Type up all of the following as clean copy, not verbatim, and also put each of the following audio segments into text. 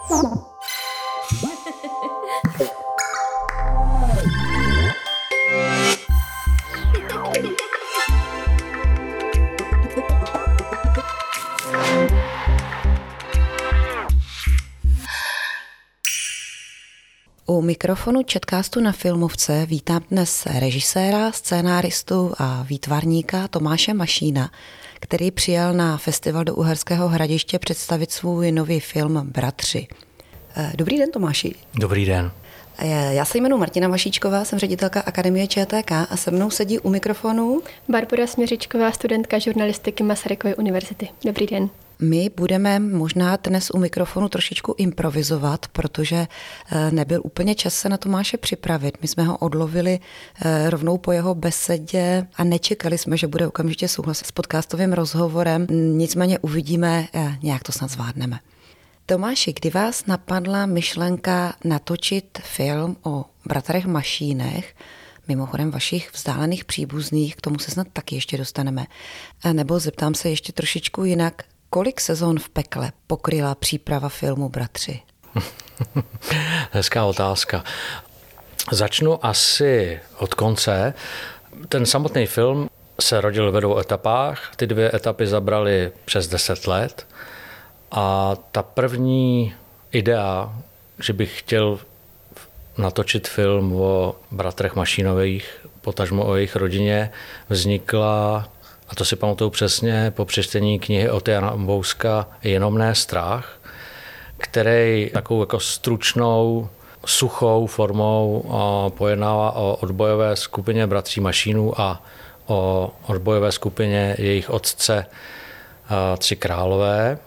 U mikrofonu Chatcastu na Filmovce vítám dnes režiséra, scénáristu a výtvarníka Tomáše Mašína, který přijel na festival do Uherského Hradiště představit svůj nový film Bratři. Dobrý den, Tomáši. Dobrý den. Já se jmenuji Martina Vašíčková, jsem ředitelka Akademie ČTK a se mnou sedí u mikrofonu Barbora Směřičková, studentka žurnalistiky Masarykovy univerzity. Dobrý den. My budeme možná dnes u mikrofonu trošičku improvizovat, protože nebyl úplně čas se na Tomáše připravit. My jsme ho odlovili rovnou po jeho besedě a nečekali jsme, že bude okamžitě souhlasit s podcastovým rozhovorem. Nicméně uvidíme, nějak to snad zvládneme. Tomáši, kdy vás napadla myšlenka natočit film o bratrech Mašínech, mimochodem vašich vzdálených příbuzných, k tomu se snad taky ještě dostaneme. A nebo zeptám se ještě trošičku jinak, kolik sezon v pekle pokryla příprava filmu Bratři? Hezká otázka. Začnu asi od konce. Ten samotný film se rodil ve 2 etapách. Ty 2 etapy zabraly přes 10 let. A ta první idea, že bych chtěl natočit film o bratrech Mašínových, potažmo o jejich rodině, vznikla, a to si pamatuju přesně, po přečtení knihy od Jana Bouska Jenom ne strach, který takovou jako stručnou, suchou formou pojednává o odbojové skupině bratří Mašínů a o odbojové skupině jejich otce 3 králové,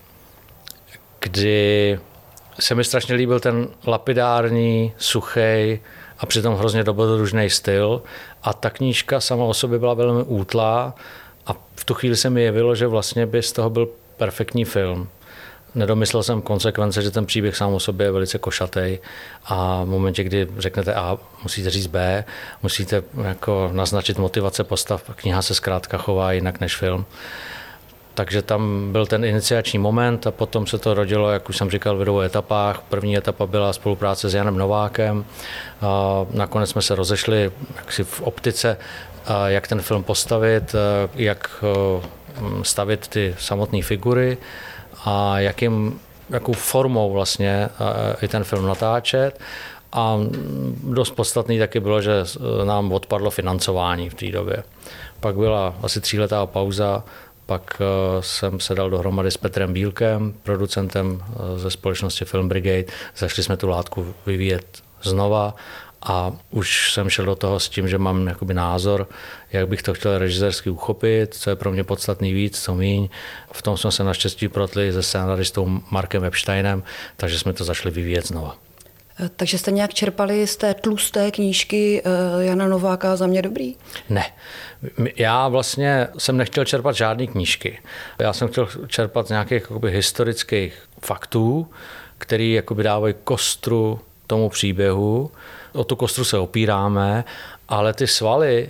kdy se mi strašně líbil ten lapidární, suchý a přitom hrozně dobrodružný styl. A ta knížka sama o sobě byla velmi útlá a v tu chvíli se mi jevilo, že vlastně by z toho byl perfektní film. Nedomyslel jsem konsekvence, že ten příběh sám o sobě je velice košatý a v momentě, kdy řeknete A, musíte říct B, musíte jako naznačit motivace postav. Kniha se zkrátka chová jinak než film. Takže tam byl ten iniciační moment a potom se to rodilo, jak už jsem říkal, v 2 etapách. První etapa byla spolupráce s Janem Novákem. Nakonec jsme se rozešli jaksi v optice, jak ten film postavit, jak stavit ty samotné figury a jakou formou vlastně i ten film natáčet. A dost podstatný taky bylo, že nám odpadlo financování v té době. Pak byla asi 3letá pauza. Pak jsem se dal dohromady s Petrem Bílkem, producentem ze společnosti Film Brigade. Začali jsme tu látku vyvíjet znova a už jsem šel do toho s tím, že mám jakoby názor, jak bych to chtěl režisérsky uchopit, co je pro mě podstatný víc, co míň. V tom jsme se naštěstí protli se scenaristou Markem Epsteinem, takže jsme to začali vyvíjet znova. Takže jste nějak čerpali z té tlusté knížky Jana Nováka Za mě dobrý? Ne. Já vlastně jsem nechtěl čerpat žádný knížky. Já jsem chtěl čerpat z nějakých jakoby historických faktů, který jakoby dávají kostru tomu příběhu. O tu kostru se opíráme, ale ty svaly,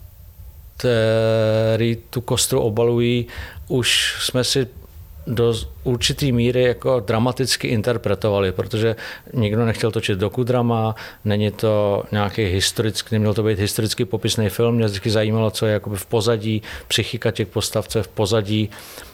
které tu kostru obalují, už jsme si do určitý míry jako dramaticky interpretovali, protože nikdo nechtěl točit dokudrama, není to nějaký historický, neměl to být historicky popisný film, mě vždycky zajímalo, co je jakoby v pozadí, psychika těch postav, co je v pozadí,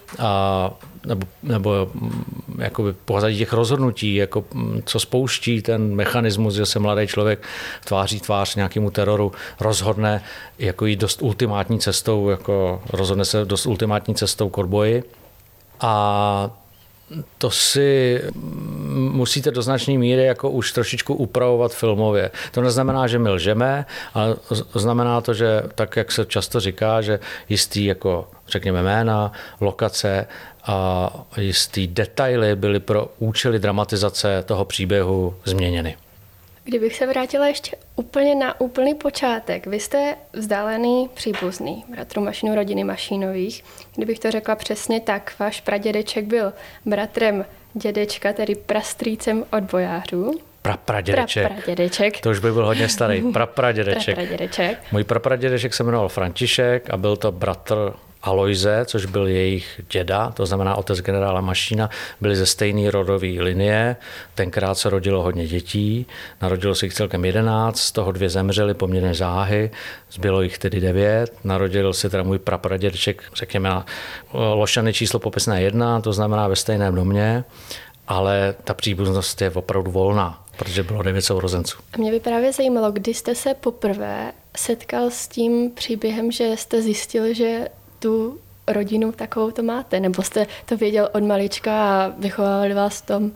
nebo jakoby pozadí těch rozhodnutí, jako co spouští ten mechanismus, že se mladý člověk tváří tvář nějakému teroru, rozhodne jako jít dost ultimátní cestou, jako rozhodne se dost ultimátní cestou k odboji. A to si musíte do značné míry jako už trošičku upravovat filmově. To neznamená, že my lžeme, ale znamená to, že tak, jak se často říká, že jistý jako řekněme jména, lokace a jistý detaily byly pro účely dramatizace toho příběhu změněny. Kdybych se vrátila ještě úplně na úplný počátek. Vy jste vzdálený příbuzný bratru Mašínů, rodiny Mašínových. Kdybych to řekla přesně tak, váš pradědeček byl bratrem dědečka, tedy prastrýcem odbojářů. Prapradědeček. To už by byl hodně starý. Prapradědeček. Můj prapradědeček se jmenoval František a byl to bratr Alojze, což byl jejich děda, to znamená otec generála Mašína, byli ze stejné rodové linie. Tenkrát se rodilo hodně dětí, narodilo se jich celkem 11, z toho 2 zemřeli poměrně záhy, zbylo jich tedy 9. Narodil se teda můj prapradědeček, řekněme na lošany číslo popisné 1, to znamená ve stejném domě, ale ta příbuznost je opravdu volná, protože bylo 9 sourozenců. A mě by právě zajímalo, kdy jste se poprvé setkal s tím příběhem, že jste zjistil, že tu rodinu takovou to máte, nebo jste to věděl od malička a vychovávali vás v tom?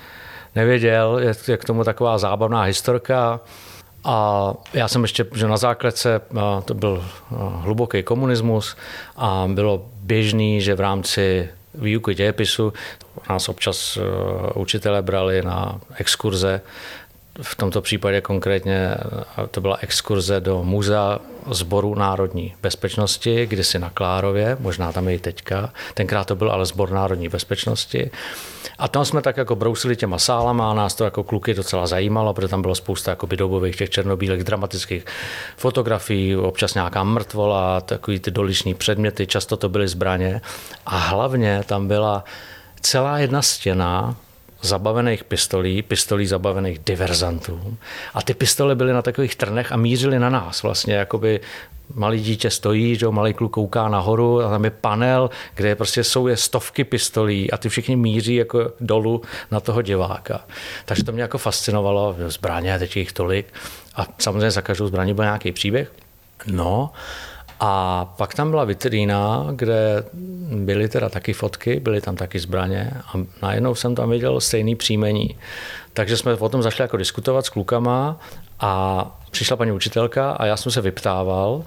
Nevěděl, je k tomu taková zábavná historka. A já jsem ještě, že na základce, to byl hluboký komunismus a bylo běžný, že v rámci výuky dějepisu nás občas učitelé brali na exkurze. V tomto případě konkrétně to byla exkurze do Muzea Sboru národní bezpečnosti, kdysi na Klárově, možná tam je i teďka. Tenkrát to byl ale Sbor národní bezpečnosti. A tam jsme tak jako brousili těma sálama a nás to jako kluky docela zajímalo, protože tam bylo spousta jakoby dobových těch černobílých dramatických fotografií, občas nějaká mrtvola, takový ty dolišní předměty, často to byly zbraně. A hlavně tam byla celá jedna stěna zabavených pistolí zabavených diverzantů. A ty pistole byly na takových trnech a mířily na nás. Vlastně jakoby malý dítě stojí, že malý kluk kouká nahoru a tam je panel, kde prostě jsou stovky pistolí a ty všichni míří jako dolů na toho diváka. Takže to mě jako fascinovalo, zbraně, teď jich tolik. A samozřejmě za každou zbraní byl nějaký příběh. No, a pak tam byla vitrína, kde byly teda taky fotky, byly tam taky zbraně a najednou jsem tam viděl stejný příjmení. Takže jsme o tom začali jako diskutovat s klukama a přišla paní učitelka a já jsem se vyptával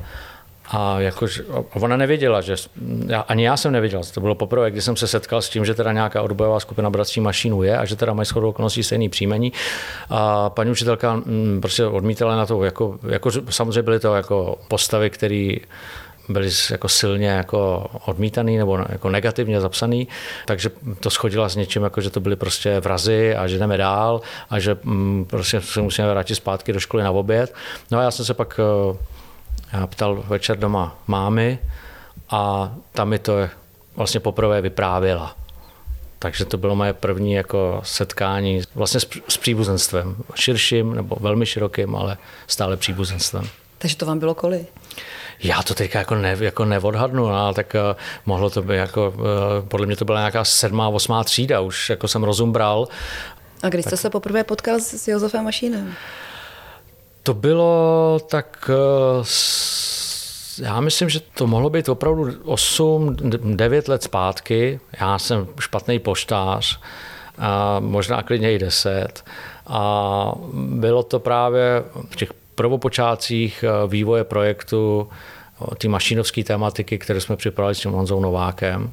a jakož, ona nevěděla, že ani já jsem nevěděl, to bylo poprvé, když jsem se setkal s tím, že teda nějaká odbojová skupina bratří Mašínů je a že teda mají shodou okolností stejný příjmení. A paní učitelka prostě odmítala na to, jako samozřejmě byly to jako postavy, které byly jako silně jako odmítaný nebo jako negativně zapsaný, takže to shodila s něčím, jako že to byly prostě vrazy a že jdeme dál a že prostě se musíme vrátit zpátky do školy na oběd. No a já jsem se pak ptal večer doma mámy a tam mi to vlastně poprvé vyprávěla. Takže to bylo moje první jako setkání vlastně s příbuzenstvem. Širším nebo velmi širokým, ale stále příbuzenstvem. Takže to vám bylo kolik? Já to teďka jako neodhadnu, ale tak mohlo to být jako, podle mě to byla nějaká 7., 8. třída, už jako jsem rozum bral. A když jste se poprvé potkal s Josefem Mašínem? To bylo tak, já myslím, že to mohlo být opravdu 8-9 let zpátky. Já jsem špatný poštář, a možná klidně i 10. A bylo to právě v těch prvopočátcích vývoje projektu té mašínovské tematiky, které jsme připravili s tím Honzou Novákem.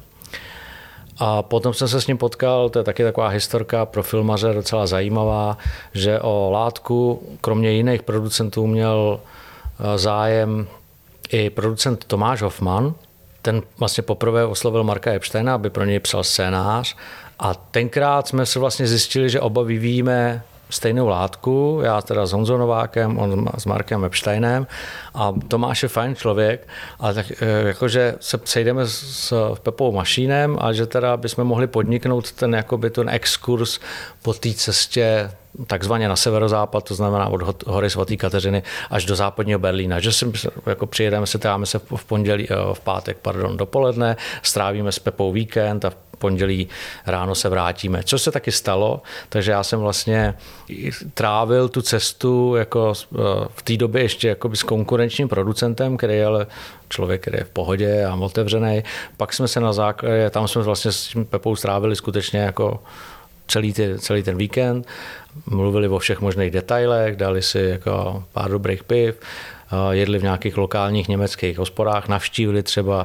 A potom jsem se s ním potkal, to je taky taková historka pro filmaře docela zajímavá, že o látku, kromě jiných producentů, měl zájem i producent Tomáš Hofman. Ten vlastně poprvé oslovil Marka Epsteina, aby pro něj psal scénář. A tenkrát jsme se vlastně zjistili, že oba vyvíjíme stejnou látku, já teda s Honzou Novákem, on s Markem Epsteinem a Tomáš je fajn člověk, ale tak jakože se sejdeme s Pepou Mašínem a že teda bychom mohli podniknout ten exkurs po té cestě takzvaně na severozápad, to znamená od hory svatý Kateřiny až do západního Berlína, že si jako přijedeme, setkáme se v pátek dopoledne, strávíme s Pepou víkend a v pondělí ráno se vrátíme. Což se taky stalo, takže já jsem vlastně trávil tu cestu jako v té době ještě s konkurenčním producentem, který je ale člověk, který je v pohodě a otevřený. Pak jsme se na základě, tam jsme vlastně s tím Pepou strávili skutečně jako celý ten víkend. Mluvili o všech možných detailech, dali si jako pár dobrých piv, jedli v nějakých lokálních německých hospodách, navštívili třeba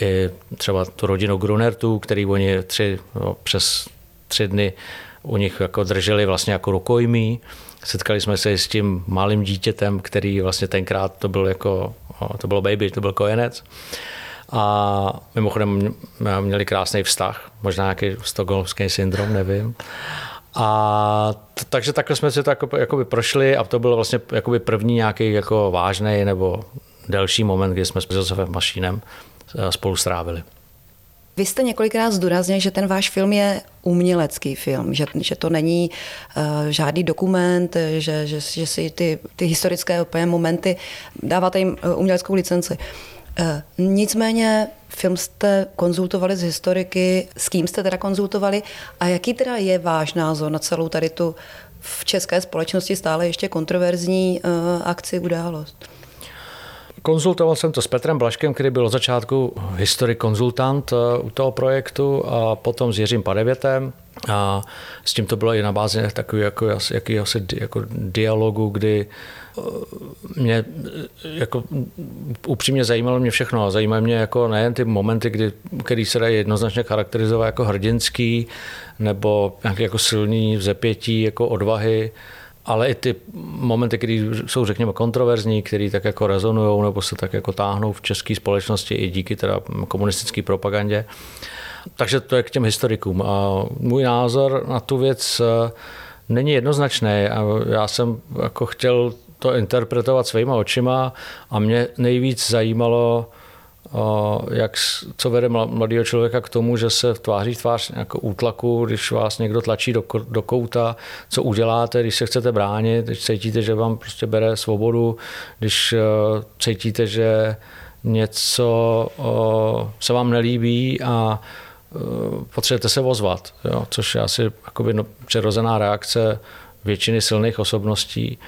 tu rodinu Grunertů, který oni přes 3 dny u nich jako drželi vlastně jako rukojmí. Setkali jsme se s tím malým dítětem, který vlastně tenkrát to bylo baby, to byl kojenec. A mimochodem měli krásný vztah, možná nějaký stockholmský syndrom, nevím. A takže takhle jsme si to jakoby prošli a to byl vlastně jakoby první nějaký jako vážný nebo delší moment, kdy jsme s Josefem Mašínem spolu strávili. Vy jste několikrát zdůraznil, že ten váš film je umělecký film, že to není žádný dokument, že si ty historické momenty dáváte jim uměleckou licenci. Nicméně film jste konzultovali s historiky, s kým jste teda konzultovali a jaký teda je váš názor na celou tady tu v české společnosti stále ještě kontroverzní akci událost? Konzultoval jsem to s Petrem Blažkem, který byl od začátku historik konzultant u toho projektu a potom s Jiřím Padevětem. A s tím to bylo i na bázi takový jako dialogu, kdy mě jako upřímně zajímalo mě všechno. A zajímaly mě jako nejen ty momenty, který se dají jednoznačně charakterizovat jako hrdinský nebo nějaký jako silný vzepětí, jako odvahy, ale i ty momenty, které jsou, řekněme, kontroverzní, které tak jako rezonujou nebo se tak jako táhnou v české společnosti i díky teda komunistické propagandě. Takže to je k těm historikům. A můj názor na tu věc není jednoznačný. A já jsem jako chtěl to interpretovat svýma očima a mě nejvíc zajímalo, co vede mladého člověka k tomu, že se tváří tvář jako útlaku, když vás někdo tlačí do kouta, co uděláte, když se chcete bránit, když cítíte, že vám prostě bere svobodu, když cítíte, že něco se vám nelíbí a potřebujete se ozvat, jo, což je asi přirozená reakce většiny silných osobností.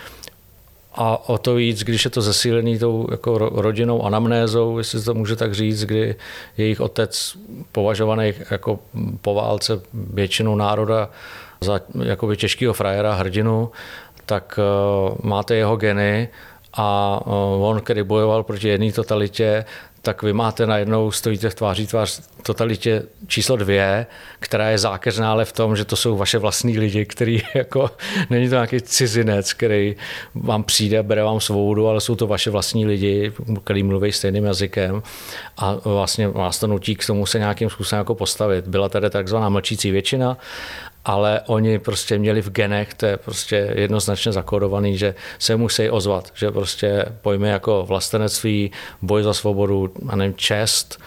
A o to víc, když je to zesílený tou jako rodinnou anamnézou, jestli to může tak říct, kdy jejich otec považovaný jako po válce většinou národa za jakoby těžkýho frajera, hrdinu, tak máte jeho geny a on, který bojoval proti jedné totalitě, tak vy máte najednou, stojíte v tváří tvář totalitě číslo 2, která je zákeřná, ale v tom, že to jsou vaše vlastní lidi, který jako, není to nějaký cizinec, který vám přijde, bere vám svobodu, ale jsou to vaše vlastní lidi, který mluví stejným jazykem a vlastně vás to nutí k tomu se nějakým způsobem jako postavit. Byla tady takzvaná mlčící většina, ale oni prostě měli v genech, to je prostě jednoznačně zakódovaný, že se musí ozvat, že prostě pojmy jako vlastenectví, boj za svobodu, a nevím, čest,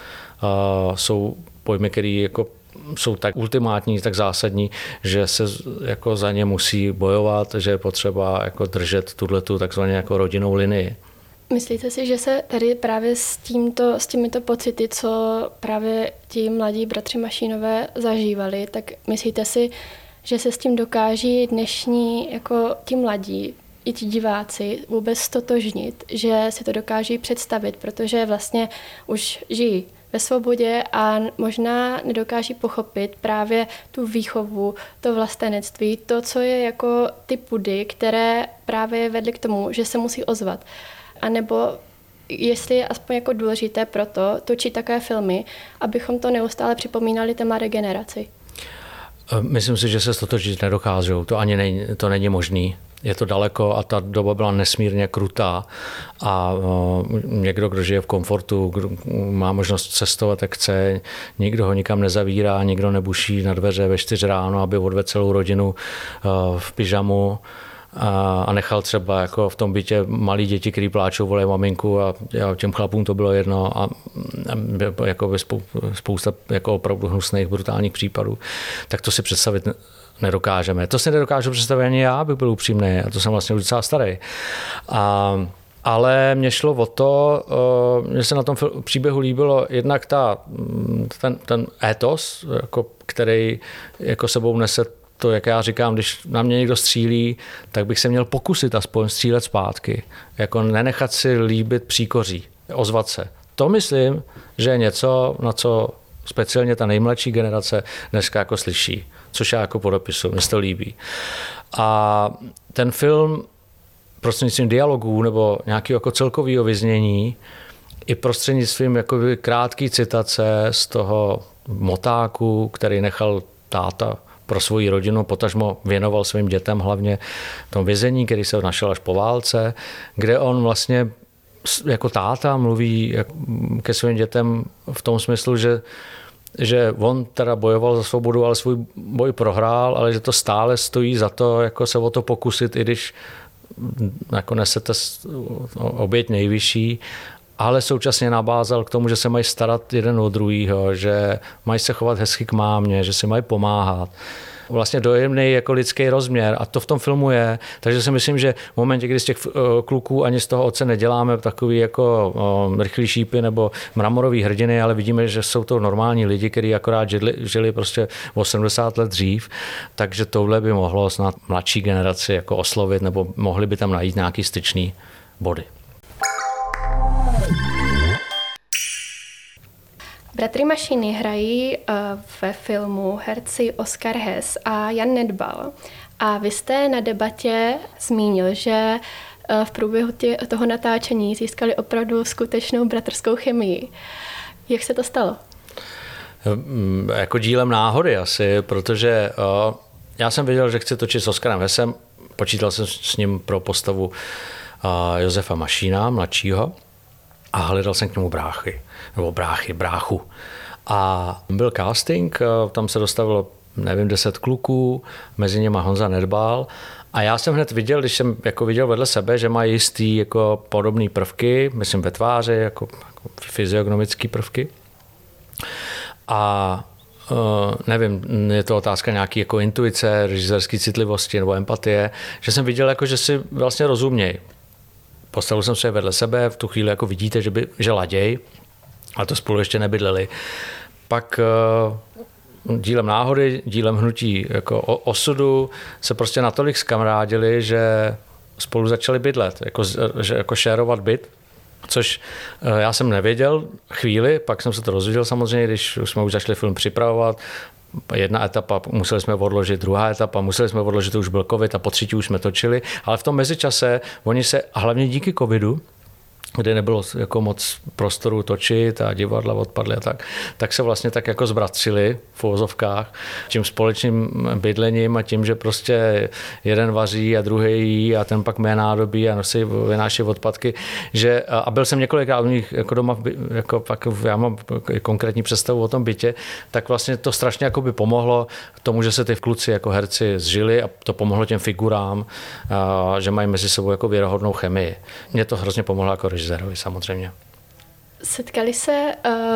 jsou pojmy, které jako jsou tak ultimátní, tak zásadní, že se jako za ně musí bojovat, že je potřeba jako držet tuhletu takzvaně jako rodinnou linii. Myslíte si, že se tady právě s těmito pocity, co právě ti mladí bratři Mašínové zažívali, tak myslíte si, že se s tím dokáží dnešní jako ti mladí i ti diváci vůbec stotožnit, že si to dokáží představit, protože vlastně už žijí ve svobodě a možná nedokáží pochopit právě tu výchovu, to vlastenectví, to, co je jako ty pudy, které právě vedly k tomu, že se musí ozvat. A nebo jestli je aspoň jako důležité proto točit takové filmy, abychom to neustále připomínali té mladé generaci. Myslím si, že se stotožit nedokážou. To není možný. Je to daleko a ta doba byla nesmírně krutá a někdo, kdo žije v komfortu, kdo má možnost cestovat, jak chce, nikdo ho nikam nezavírá, nikdo nebuší na dveře ve 4 ráno, aby odvedl celou rodinu v pyžamu a nechal třeba jako v tom bytě malí děti, který pláčou, volají maminku a těm chlapům to bylo jedno a jako spousta jako opravdu hnusných, brutálních případů, tak to si představit nedokážeme. To si nedokážu představit ani já, abych byl upřímný, a to jsem vlastně už docela starý. Ale mě šlo o to, mně se na tom příběhu líbilo jednak ten étos, jako, který jako sebou nese to, jak já říkám, když na mě někdo střílí, tak bych se měl pokusit aspoň střílet zpátky. Jako nenechat si líbit příkoří, ozvat se. To myslím, že je něco, na co speciálně ta nejmladší generace dneska jako slyší, což já jako podepisuju, mně se to líbí. A ten film prostřednictvím dialogů nebo nějakého jako celkového vyznění i prostřednictvím jakoby krátký citace z toho motáku, který nechal táta pro svoji rodinu, potažmo věnoval svým dětem hlavně tom vězení, který se našel až po válce, kde on vlastně jako táta mluví ke svým dětem v tom smyslu, že on teda bojoval za svobodu, ale svůj boj prohrál, ale že to stále stojí za to, jako se o to pokusit, i když jako nesete oběť nejvyšší. ale současně nabázal k tomu, že se mají starat jeden o druhýho, že mají se chovat hezky k mámě, že si mají pomáhat. Vlastně dojemný jako lidský rozměr a to v tom filmu je. Takže si myslím, že v momentě, kdy z těch kluků ani z toho otce neděláme takový jako rychlý šípy nebo mramorový hrdiny, ale vidíme, že jsou to normální lidi, kteří akorát žili prostě 80 let dřív, takže tohle by mohlo snad mladší generaci jako oslovit nebo mohli by tam najít nějaký styčný body. Bratry Mašíny hrají ve filmu herci Oskar Hess a Jan Nedbal. A vy jste na debatě zmínil, že v průběhu toho natáčení získali opravdu skutečnou bratrskou chemii. Jak se to stalo? Jako dílem náhody asi, protože já jsem věděl, že chci točit s Oskarem Hessem. Počítal jsem s ním pro postavu Josefa Mašína, mladšího, a hledal jsem k němu bráchu. A byl casting, tam se dostavilo, nevím, 10 kluků, mezi nimi Honza Nedbal. A já jsem hned viděl, když jsem jako viděl vedle sebe, že mají jistý jako podobné prvky, myslím ve tváři, jako fyziognomické prvky. A nevím, je to otázka nějaký jako intuice, režisérské citlivosti nebo empatie, že jsem viděl, jako, že si vlastně rozumějí. Postavil jsem se vedle sebe, v tu chvíli jako vidíte, že laděj, a to spolu ještě nebydleli. Pak dílem náhody, dílem hnutí jako osudu se prostě natolik zkamarádili, že spolu začali bydlet, jako šérovat byt, což já jsem nevěděl chvíli, pak jsem se to dozvěděl samozřejmě, když jsme už začali film připravovat. Jedna etapa, museli jsme odložit, druhá etapa, museli jsme odložit, už byl covid a po třetí už jsme točili, ale v tom mezičase oni se, a hlavně díky covidu, kde nebylo jako moc prostoru točit a divadla odpadly a tak se vlastně tak jako zbratřili v uvozovkách tím společným bydlením a tím, že prostě jeden vaří a druhý jí a ten pak mé nádobí a nosí, vynáší odpadky, že, a byl jsem několikrát u nich jako doma, jako pak já mám konkrétní představu o tom bytě, tak vlastně to strašně jako by pomohlo tomu, že se ty kluci jako herci zžili a to pomohlo těm figurám, že mají mezi sebou jako věrohodnou chemii. Mě to hrozně pomohlo jako režisérovi samozřejmě. Setkali se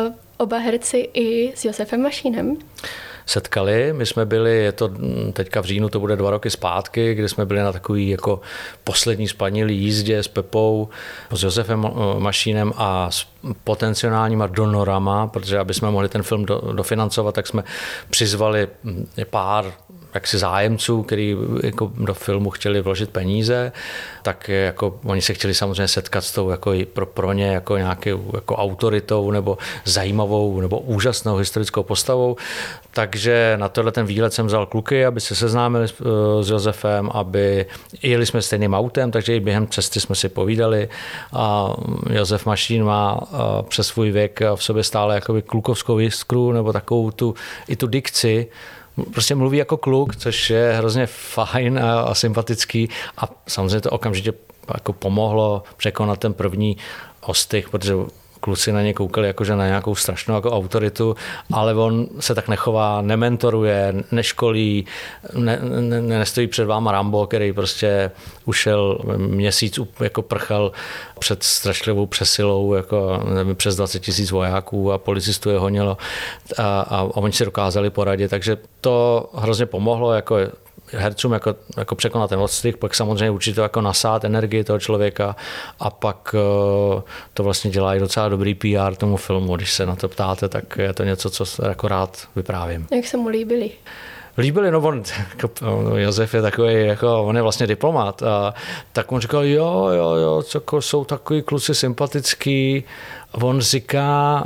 oba herci i s Josefem Mašínem? Setkali, my jsme byli, je to teďka v říjnu, to bude 2 roky zpátky, kdy jsme byli na takový jako poslední spanilý jízdě s Pepou, s Josefem Mašínem a s potenciálníma donorama, protože aby jsme mohli ten film dofinancovat, tak jsme přizvali pár jaksi zájemců, kteří jako do filmu chtěli vložit peníze, tak jako oni se chtěli samozřejmě setkat s tou jako pro ně jako nějakou jako autoritou nebo zajímavou nebo úžasnou historickou postavou. Takže na tohle ten výlet jsem vzal kluky, aby se seznámili s Josefem, aby jeli jsme stejným autem, takže i během cesty jsme si povídali. A Josef Mašín má přes svůj věk v sobě stále jakoby klukovskou jiskru nebo takovou i tu dikci. Prostě mluví jako kluk, což je hrozně fajn a sympatický a samozřejmě to okamžitě jako pomohlo překonat ten první ostych, protože kluci na ně koukali jakože na nějakou strašnou jako autoritu, ale on se tak nechová, nementoruje, neškolí, nestojí před váma Rambo, který prostě ušel měsíc, jako prchal před strašlivou přesilou, jako nevím, přes 20 000 vojáků a policistů je honilo a oni si dokázali poradit, takže to hrozně pomohlo jako hercům jako překonat ten odstych, pak samozřejmě určitě jako nasát energii toho člověka a pak to vlastně dělá i docela dobrý PR tomu filmu. Když se na to ptáte, tak je to něco, co jako rád vyprávím. Jak se mu líbili? Líbili, no on, Josef je takový, jako, on je vlastně diplomat, a tak on říkal, jo, jsou takový kluci sympatický, on říká,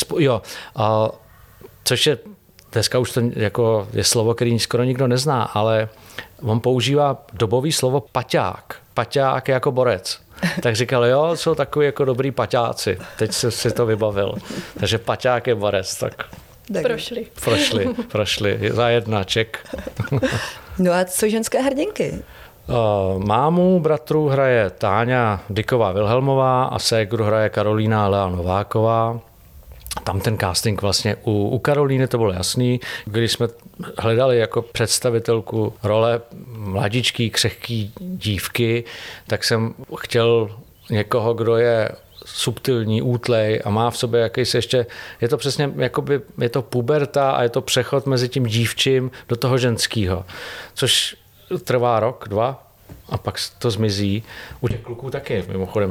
což je dneska už to jako je slovo, který skoro nikdo nezná, ale on používá dobový slovo paťák. Paťák je jako borec. Tak říkal, jo, jsou takový jako dobrý paťáci. Teď si to vybavil. Takže paťák je borec, tak Prošli. Za 1 ček. No a co ženské hrdinky? Mámu bratru hraje Táňa Dyková Vilhelmová a ségru hraje Karolína Lea Nováková. Tam ten casting vlastně u Karolíny to bylo jasný. Když jsme hledali jako představitelku role mladičký, křehký dívky, tak jsem chtěl někoho, kdo je subtilní, útlej a má v sobě jakýsi ještě, je to přesně, jakoby, je to puberta a je to přechod mezi tím dívčím do toho ženského, což trvá rok, 2 a pak to zmizí. U těch kluků taky, mimochodem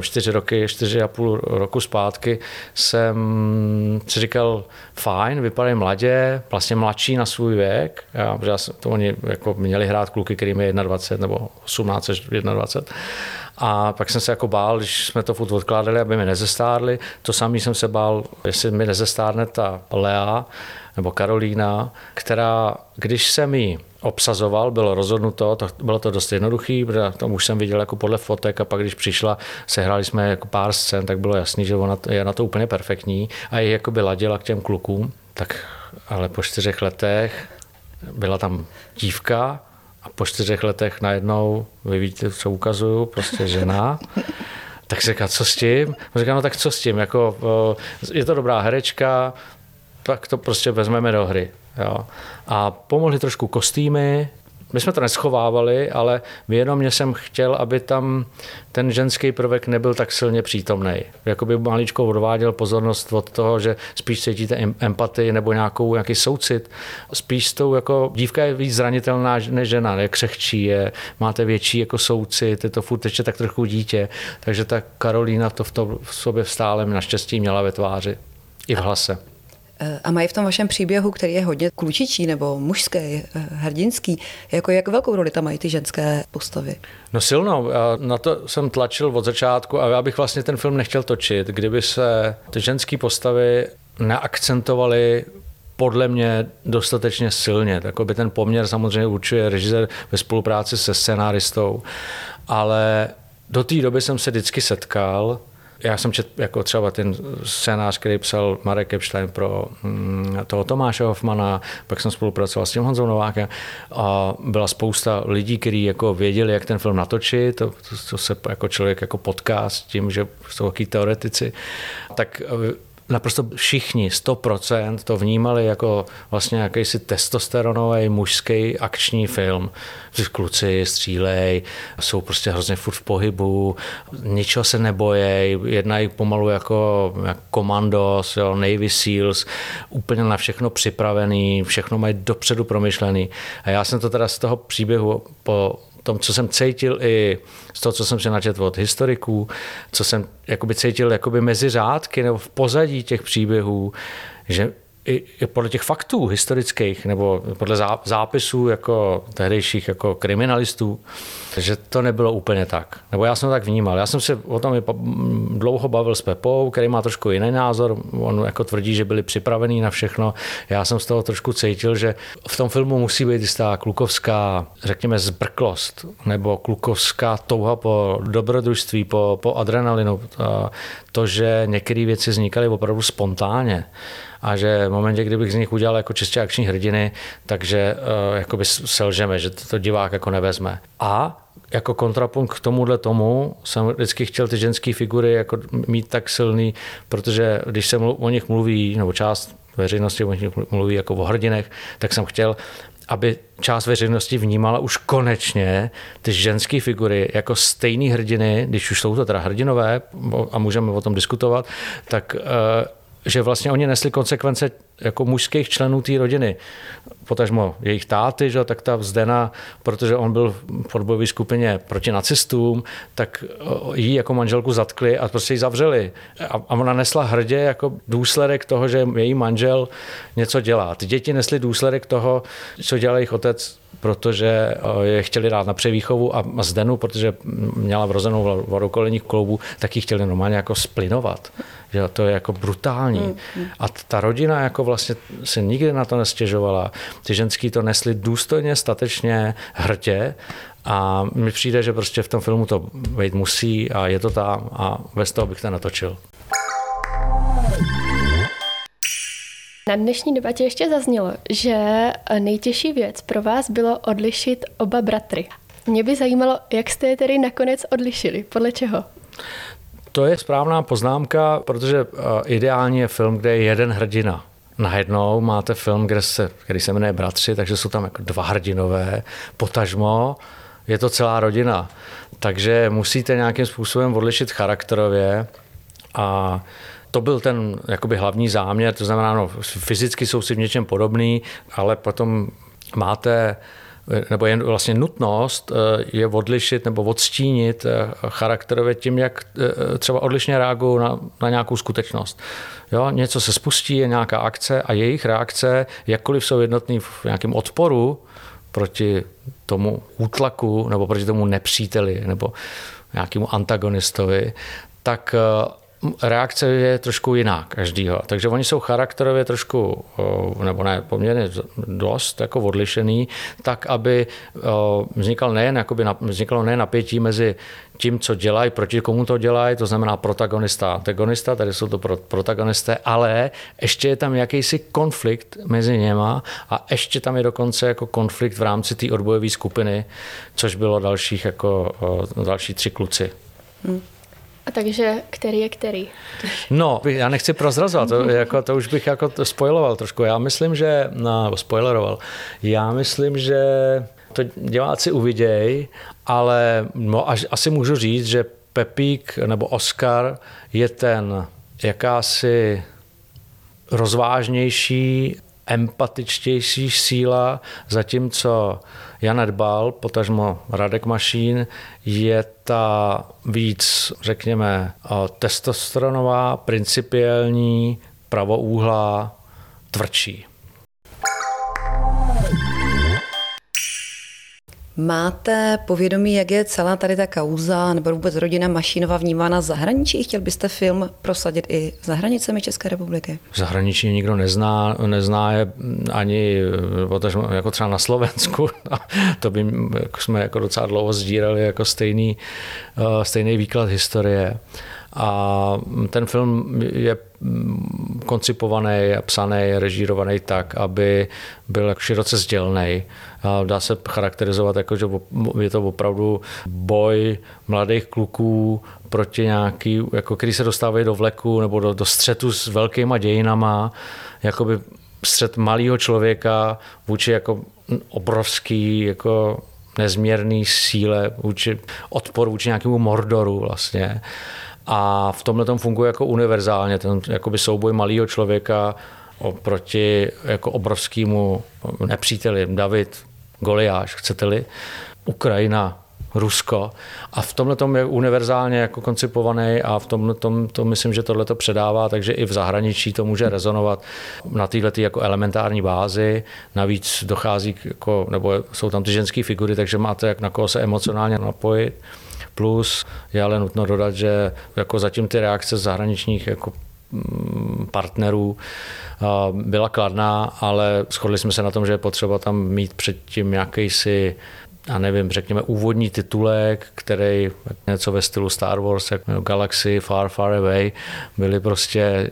4,5 roku zpátky jsem si říkal, fajn, vypadají mladě, vlastně mladší na svůj věk, to oni jako měli hrát kluky, kterým je 21 nebo 18 až 21. A pak jsem se jako bál, když jsme to furt odkládali, aby mi nezestárli. To samý jsem se bál, jestli mi nezestárne ta Lea nebo Karolína, která, když jsem ji obsazoval, bylo rozhodnuto, bylo to dost jednoduchý, protože tam už jsem viděl jako podle fotek a pak když přišla, sehráli jsme jako pár scén, tak bylo jasný, že ona je na to úplně perfektní a ji jakoby ladila k těm klukům. Tak ale po 4 letech byla tam dívka, a po 4 letech najednou, vy víte, co ukazuju, prostě žena. Tak si říká, co s tím? Říká, no tak co s tím? Jako, je to dobrá herečka, tak to prostě vezmeme do hry. Jo. A pomohly trošku kostýmy. My jsme to neschovávali, ale vědomě jsem chtěl, aby tam ten ženský prvek nebyl tak silně přítomný. Jakoby maličko odváděl pozornost od toho, že spíš cítíte empatii nebo nějaký soucit. Spíš s tou, jako dívka je víc zranitelná než žena, je křehčí, máte větší jako soucit, je to furt ještě tak trochu dítě. Takže ta Karolína to v sobě stále naštěstí měla ve tváři i v hlase. A mají v tom vašem příběhu, který je hodně klučičí nebo mužský, hrdinský, jako jak velkou roli tam mají ty ženské postavy? No silnou. Na to jsem tlačil od začátku a já bych vlastně ten film nechtěl točit, kdyby se ty ženské postavy neakcentovaly podle mě dostatečně silně. Takový ten poměr samozřejmě určuje režisér ve spolupráci se scenáristou, ale do té doby jsem se vždycky setkal. Já jsem četl jako třeba ten scénář, který psal Marek Epstein pro toho Tomáše Hoffmana, pak jsem spolupracoval s tím Honzou Novákem a byla spousta lidí, kteří jako věděli, jak ten film natočit, to se jako člověk jako potká s tím, že jsou takový teoretici, tak naprosto všichni, 100% to vnímali jako vlastně jakýsi testosteronový mužský akční film. Kluci střílej, jsou prostě hrozně furt v pohybu, ničeho se nebojí, jednají pomalu jako komandos, Navy Seals, úplně na všechno připravený, všechno mají dopředu promyšlený. A já jsem to teda z toho příběhu po tom, co jsem cítil i z toho, co jsem si načetl od historiků, co jsem jakoby cítil jakoby mezi řádky nebo v pozadí těch příběhů, že i podle těch faktů historických nebo podle zápisů jako tehdejších jako kriminalistů, že to nebylo úplně tak. Nebo já jsem to tak vnímal. Já jsem se o tom dlouho bavil s Pepou, který má trošku jiný názor. On jako tvrdí, že byli připravení na všechno. Já jsem z toho trošku cítil, že v tom filmu musí být jistá klukovská, řekněme, zbrklost nebo klukovská touha po dobrodružství, po adrenalinu. To, že některé věci vznikaly opravdu spontánně. A že v momentě, kdybych z nich udělal jako čistě akční hrdiny, takže jakoby selžeme, že to divák jako nevezme. A jako kontrapunkt k tomuhle tomu jsem vždycky chtěl ty ženské figury jako mít tak silný, protože když se o nich mluví, nebo část veřejnosti o nich mluví jako o hrdinech, tak jsem chtěl, aby část veřejnosti vnímala už konečně ty ženské figury jako stejný hrdiny, když už jsou to teda hrdinové a můžeme o tom diskutovat, tak že vlastně oni nesli konsekvence jako mužských členů té rodiny. Potažmo jejich táty, že, tak ta Zdena, protože on byl v odbojové skupině proti nacistům, tak jí jako manželku zatkli a prostě ji zavřeli. A ona nesla hrdě jako důsledek toho, že její manžel něco dělá. Ty děti nesly důsledek toho, co dělal jejich otec, protože je chtěli dát na převýchovu a Zdenu, protože měla vrozenou v rukoleních kloubů, tak ji chtěli normálně jako splinovat. Že to je jako brutální. A ta rodina jako vlastně se nikdy na to nestěžovala. Ty ženský to nesli důstojně, statečně, hrdě a mi přijde, že prostě v tom filmu to být musí a je to tam a bez toho bych to natočil. Na dnešní debatě ještě zaznělo, že nejtěžší věc pro vás bylo odlišit oba bratry. Mě by zajímalo, jak jste je tedy nakonec odlišili, podle čeho? To je správná poznámka, protože ideální je film, kde je jeden hrdina. Najednou máte film, který se jmenuje Bratři, takže jsou tam jako 2 hrdinové, potažmo je to celá rodina. Takže musíte nějakým způsobem odlišit charakterově A to byl ten jakoby hlavní záměr, to znamená, no, fyzicky jsou si v něčem podobný, ale potom máte, nebo je vlastně nutnost je odlišit nebo odstínit charakterově tím, jak třeba odlišně reagují na nějakou skutečnost. Jo, něco se spustí, je nějaká akce a jejich reakce, jakkoliv jsou jednotný v nějakém odporu proti tomu útlaku nebo proti tomu nepříteli nebo nějakému antagonistovi, tak reakce je trošku jiná každýho. Takže oni jsou charakterově trošku, nebo ne, poměrně dost jako odlišený, tak, aby vznikalo nejen napětí mezi tím, co dělají, proti komu to dělají, to znamená protagonista a antagonista, tady jsou to protagonisté, ale ještě je tam jakýsi konflikt mezi něma a ještě tam je dokonce jako konflikt v rámci té odbojové skupiny, což bylo další 3 kluci. A takže který je který? No, já nechci prozrazovat, to už bych spoiloval trošku. Já myslím, že to diváci uviděj, ale asi můžu říct, že Pepík nebo Oskar je ten jakási rozvážnější, empatičtější síla, zatímco Jan Dbal, potažmo Radek Mašín, je ta víc, řekněme, testosteronová, principiální, pravoúhlá, tvrdší. Máte povědomí, jak je celá tady ta kauza nebo vůbec rodina Mašínova vnímána v zahraničí? Chtěl byste film prosadit i za hranicemi České republiky? V zahraničí nikdo nezná je ani jako třeba na Slovensku. To by jsme jako docela dlouho sdírali jako stejný výklad historie. A ten film je koncipovaný a psaný, režírovaný tak, aby byl široce sdělnej. Dá se charakterizovat jako, že je to opravdu boj mladých kluků proti nějaký, jako který se dostávají do vleku nebo do střetu s velkýma dějinama, jakoby střet malého člověka vůči jako obrovský, jako nezměrný síle, odpor vůči nějakému Mordoru vlastně. A v tomhle tom funguje jako univerzálně, ten jakoby souboj malého člověka proti jako obrovskému nepříteli, David, Goliáš, chcete-li, Ukrajina, Rusko. A v tomhle tom je univerzálně jako koncipovaný a v tomhle tom to myslím, že tohle to předává, takže i v zahraničí to může rezonovat na této jako elementární bázi. Navíc dochází, nebo jsou tam ty ženské figury, takže máte jak na koho se emocionálně napojit. Plus je ale nutno dodat, že jako zatím ty reakce z zahraničních jako partnerů byla kladná, ale shodli jsme se na tom, že je potřeba tam mít předtím nějakýsi, já nevím, řekněme úvodní titulek, který něco ve stylu Star Wars, jak Galaxy Far Far Away, byli prostě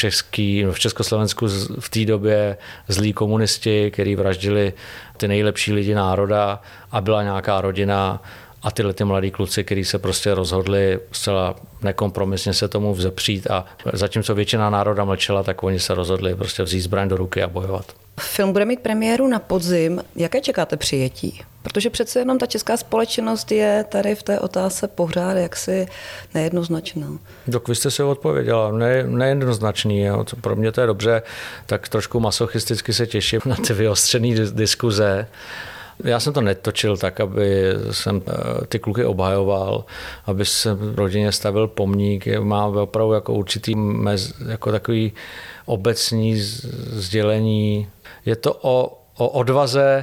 v Československu v té době zlí komunisti, kteří vraždili ty nejlepší lidi národa a byla nějaká rodina a tyhle ty mladí kluci, kteří se prostě rozhodli zcela nekompromisně se tomu vzepřít a zatímco většina národa mlčela, tak oni se rozhodli prostě vzít zbraň do ruky a bojovat. Film bude mít premiéru na podzim. Jaké čekáte přijetí? Protože přece jenom ta česká společnost je tady v té otázce pořád jaksi nejednoznačná. Vy jste si odpověděla, nejednoznačný. Jo. Pro mě to je dobře, tak trošku masochisticky se těším na ty vyostřené diskuze. Já jsem to netočil tak, aby jsem ty kluky obhajoval, aby se v rodině stavil pomník. Má opravdu jako určitý jako takový obecní sdělení. Je to o odvaze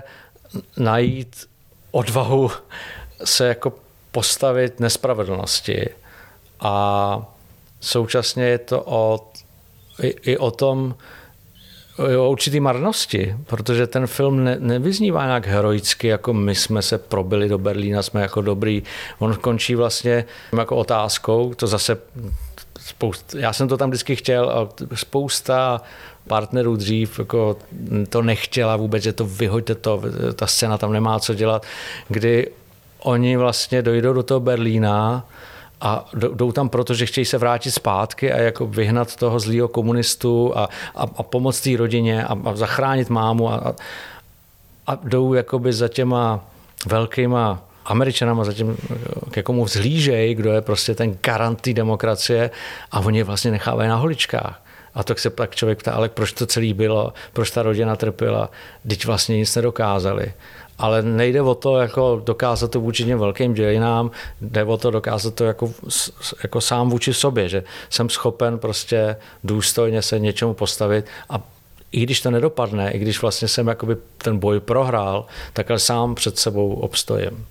najít odvahu se jako postavit nespravedlnosti. A současně je to i o tom, o určitý marnosti, protože ten film nevyznívá nějak heroicky, jako my jsme se probili do Berlína, jsme jako dobrý. On končí vlastně jako otázkou, to zase já jsem to tam vždycky chtěl a spousta partnerů dřív jako to nechtěla vůbec, že to vyhoďte to, ta scéna tam nemá co dělat, kdy oni vlastně dojdou do toho Berlína a jdou tam proto, že chtějí se vrátit zpátky a jako vyhnat toho zlýho komunistu a pomoct té rodině a zachránit mámu a jdou jakoby za těma velkýma Američanama zatím k jakomu vzhlížejí, kdo je prostě ten garant té demokracie a oni je vlastně nechávají na holičkách. A tak se pak člověk ptá, ale proč to celý bylo, proč ta rodina trpěla, teď vlastně nic nedokázali. Ale nejde o to jako dokázat to vůči těm velkým dějinám, jde o to dokázat to jako sám vůči sobě, že jsem schopen prostě důstojně se něčemu postavit a i když to nedopadne, i když vlastně jsem jakoby ten boj prohrál, tak ale sám před sebou obstojím.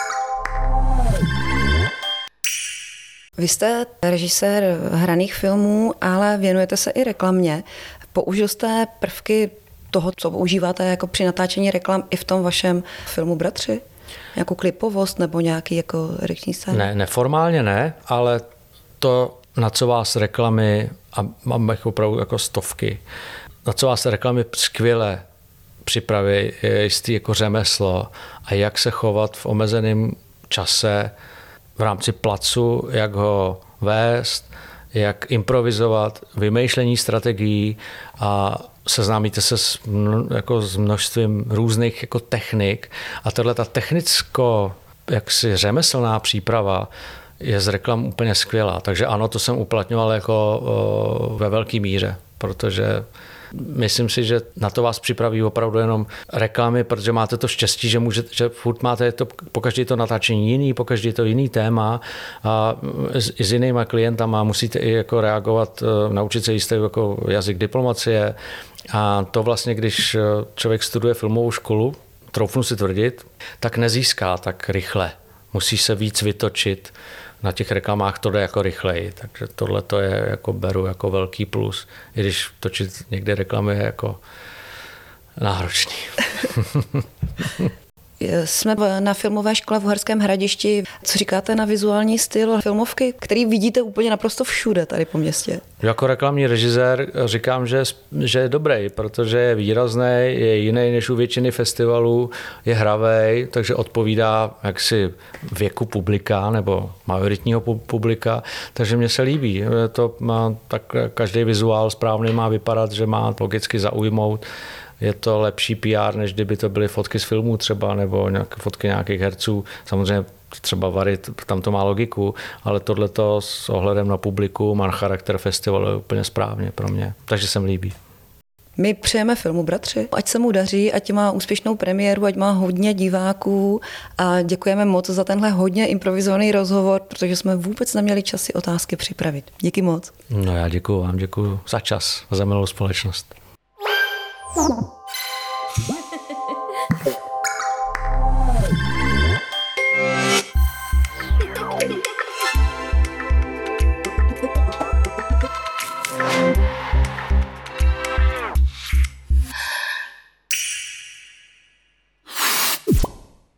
Vy jste režisér hraných filmů, ale věnujete se i reklamě. Použil jste prvky toho, co používáte jako při natáčení reklam i v tom vašem filmu Bratři? Nějakou klipovost nebo nějaký jako redakční scény? Ne, neformálně ne, ale to, na co vás reklamy, a mám opravdu jako stovky, na co vás reklamy skvěle připraví, je jistý jako řemeslo a jak se chovat v omezeném čase v rámci placu, jak ho vést, jak improvizovat, vymýšlení strategií a seznámíte se s množstvím různých jako technik a tahle ta technicko jaksi řemeslná příprava je z reklam úplně skvělá. Takže ano, to jsem uplatňoval jako ve velké míře, protože myslím si, že na to vás připraví opravdu jenom reklamy, protože máte to štěstí, že furt máte to, pokaždé to natáčení jiný, pokaždé to jiný téma a i s jinýma klientama musíte i jako reagovat, naučit se jistý jako jazyk diplomacie a to vlastně, když člověk studuje filmovou školu, troufnu si tvrdit, tak nezíská tak rychle. Musí se víc vytočit. Na těch reklamách to jde jako rychleji, takže tohle to je jako beru jako velký plus, i když točit někde reklamy je jako náročný. Jsme na filmové škole v Uherském Hradišti. Co říkáte na vizuální styl filmovky, který vidíte úplně naprosto všude tady po městě? Jako reklamní režisér říkám, že je dobrý, protože je výrazný, je jiný než u většiny festivalů, je hravej, takže odpovídá jaksi věku publika nebo majoritního publika, takže mně se líbí. To má, tak každý vizuál správný má vypadat, že má logicky zaujmout. Je to lepší PR, než kdyby to byly fotky z filmů třeba, nebo fotky nějakých herců. Samozřejmě třeba Vary, tam to má logiku, ale tohleto s ohledem na publikum a charakter festivalu je úplně správně pro mě. Takže se mi líbí. My přejeme filmu Bratři, ať se mu daří, ať má úspěšnou premiéru, ať má hodně diváků a děkujeme moc za tenhle hodně improvizovaný rozhovor, protože jsme vůbec neměli čas si otázky připravit. Díky moc. No já děkuju vám, děkuju za čas a za milou společnost. No.